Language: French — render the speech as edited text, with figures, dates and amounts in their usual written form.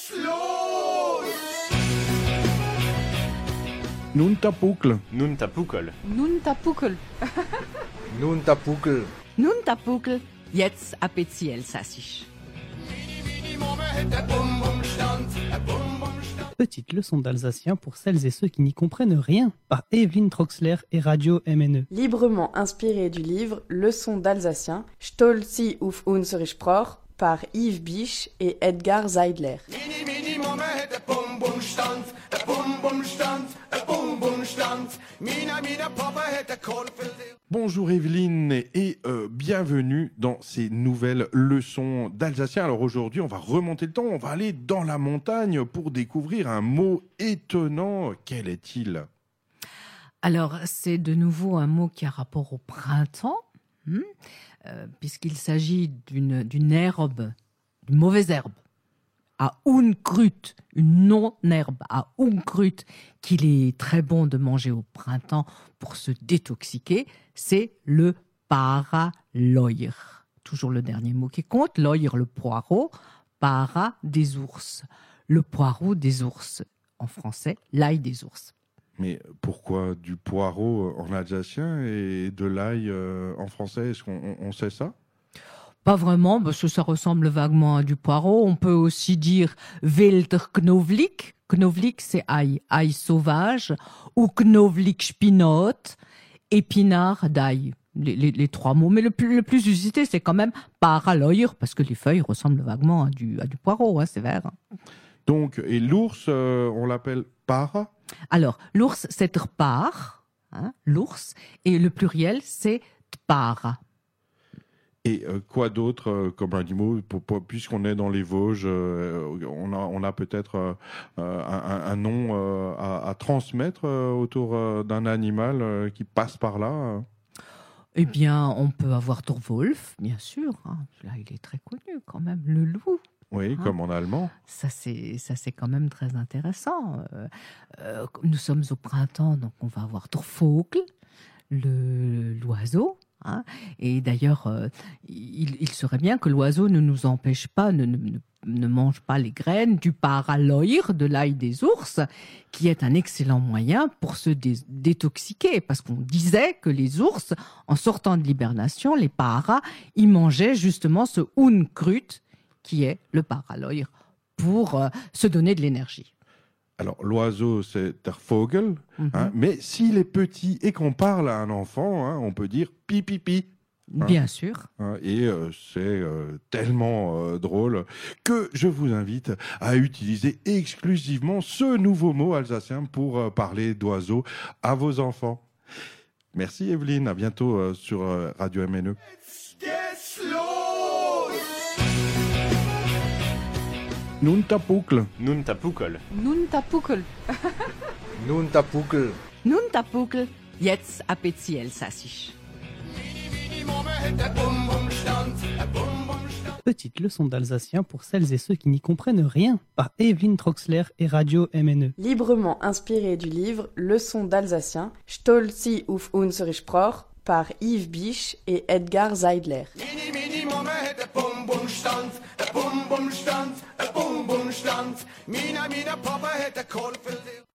Nun tapukl. Nun tapukol. Nun tapukel. Nun tapukl. Nun tapukel. Jetzt appétit elsassisch. Petite leçon d'alsacien pour celles et ceux qui n'y comprennent rien, par Evelyne Troxler et Radio MNE. Librement inspiré du livre Leçon d'alsacien, Stolzi auf unsere Sprache, par Yves Biche et Edgar Seidler. Bonjour Evelyne et bienvenue dans ces nouvelles leçons d'alsacien. Alors aujourd'hui, on va remonter le temps, on va aller dans la montagne pour découvrir un mot étonnant. Quel est-il ? Alors, c'est de nouveau un mot qui a rapport au printemps, puisqu'il s'agit d'une herbe, d'une mauvaise herbe, à Unkrut, une non-herbe à Unkrut, qu'il est très bon de manger au printemps pour se détoxiquer, c'est le paraloir. Toujours le dernier mot qui compte, loir le poireau, para des ours. Le poireau des ours, en français, l'ail des ours. Mais pourquoi du poireau en alsacien et de l'ail en français ? Est-ce qu'on sait ça ? Pas vraiment, parce que ça ressemble vaguement à du poireau. On peut aussi dire Wilder Knoflik. Knoflik, c'est ail sauvage. Ou Knoflik Spinat, épinard d'ail. Les trois mots. Mais le plus usité, c'est quand même paraloir, parce que les feuilles ressemblent vaguement à du poireau, c'est vert. Donc, et l'ours, on l'appelle para ? Alors, l'ours, c'est tpar, l'ours, et le pluriel, c'est tpara. Et quoi d'autre comme animaux, puisqu'on est dans les Vosges, on a peut-être un nom à transmettre autour d'un animal qui passe par là. Eh bien, on peut avoir Thorwolf, bien sûr. Là, il est très connu quand même, le loup. Oui, comme en allemand. Ça, c'est quand même très intéressant. Nous sommes au printemps, donc on va avoir Thorvogel, l'oiseau. Et d'ailleurs, il serait bien que l'oiseau ne nous empêche pas, ne mange pas les graines du paraloir, de l'ail des ours, qui est un excellent moyen pour se détoxiquer. Parce qu'on disait que les ours, en sortant de l'hibernation, les paras, ils mangeaient justement ce unkrut, qui est le paraloir, pour se donner de l'énergie. Alors, l'oiseau, c'est der Vogel, mais s'il est petit et qu'on parle à un enfant, on peut dire pipipi. Bien sûr. Et c'est tellement drôle que je vous invite à utiliser exclusivement ce nouveau mot alsacien pour parler d'oiseaux à vos enfants. Merci Evelyne, à bientôt sur Radio MNE. Nun tapukl. Nun tapukol. Nun tapukel. Nun tapukl. Nun tapukel. Jetzt appétit elsassisch. Petite leçon d'alsacien pour celles et ceux qui n'y comprennent rien, par Evelyne Troxler et Radio MNE. Librement inspiré du livre Leçon d'alsacien, Stolzi auf unsere Sprache, par Yves Biche et Edgar Seidler.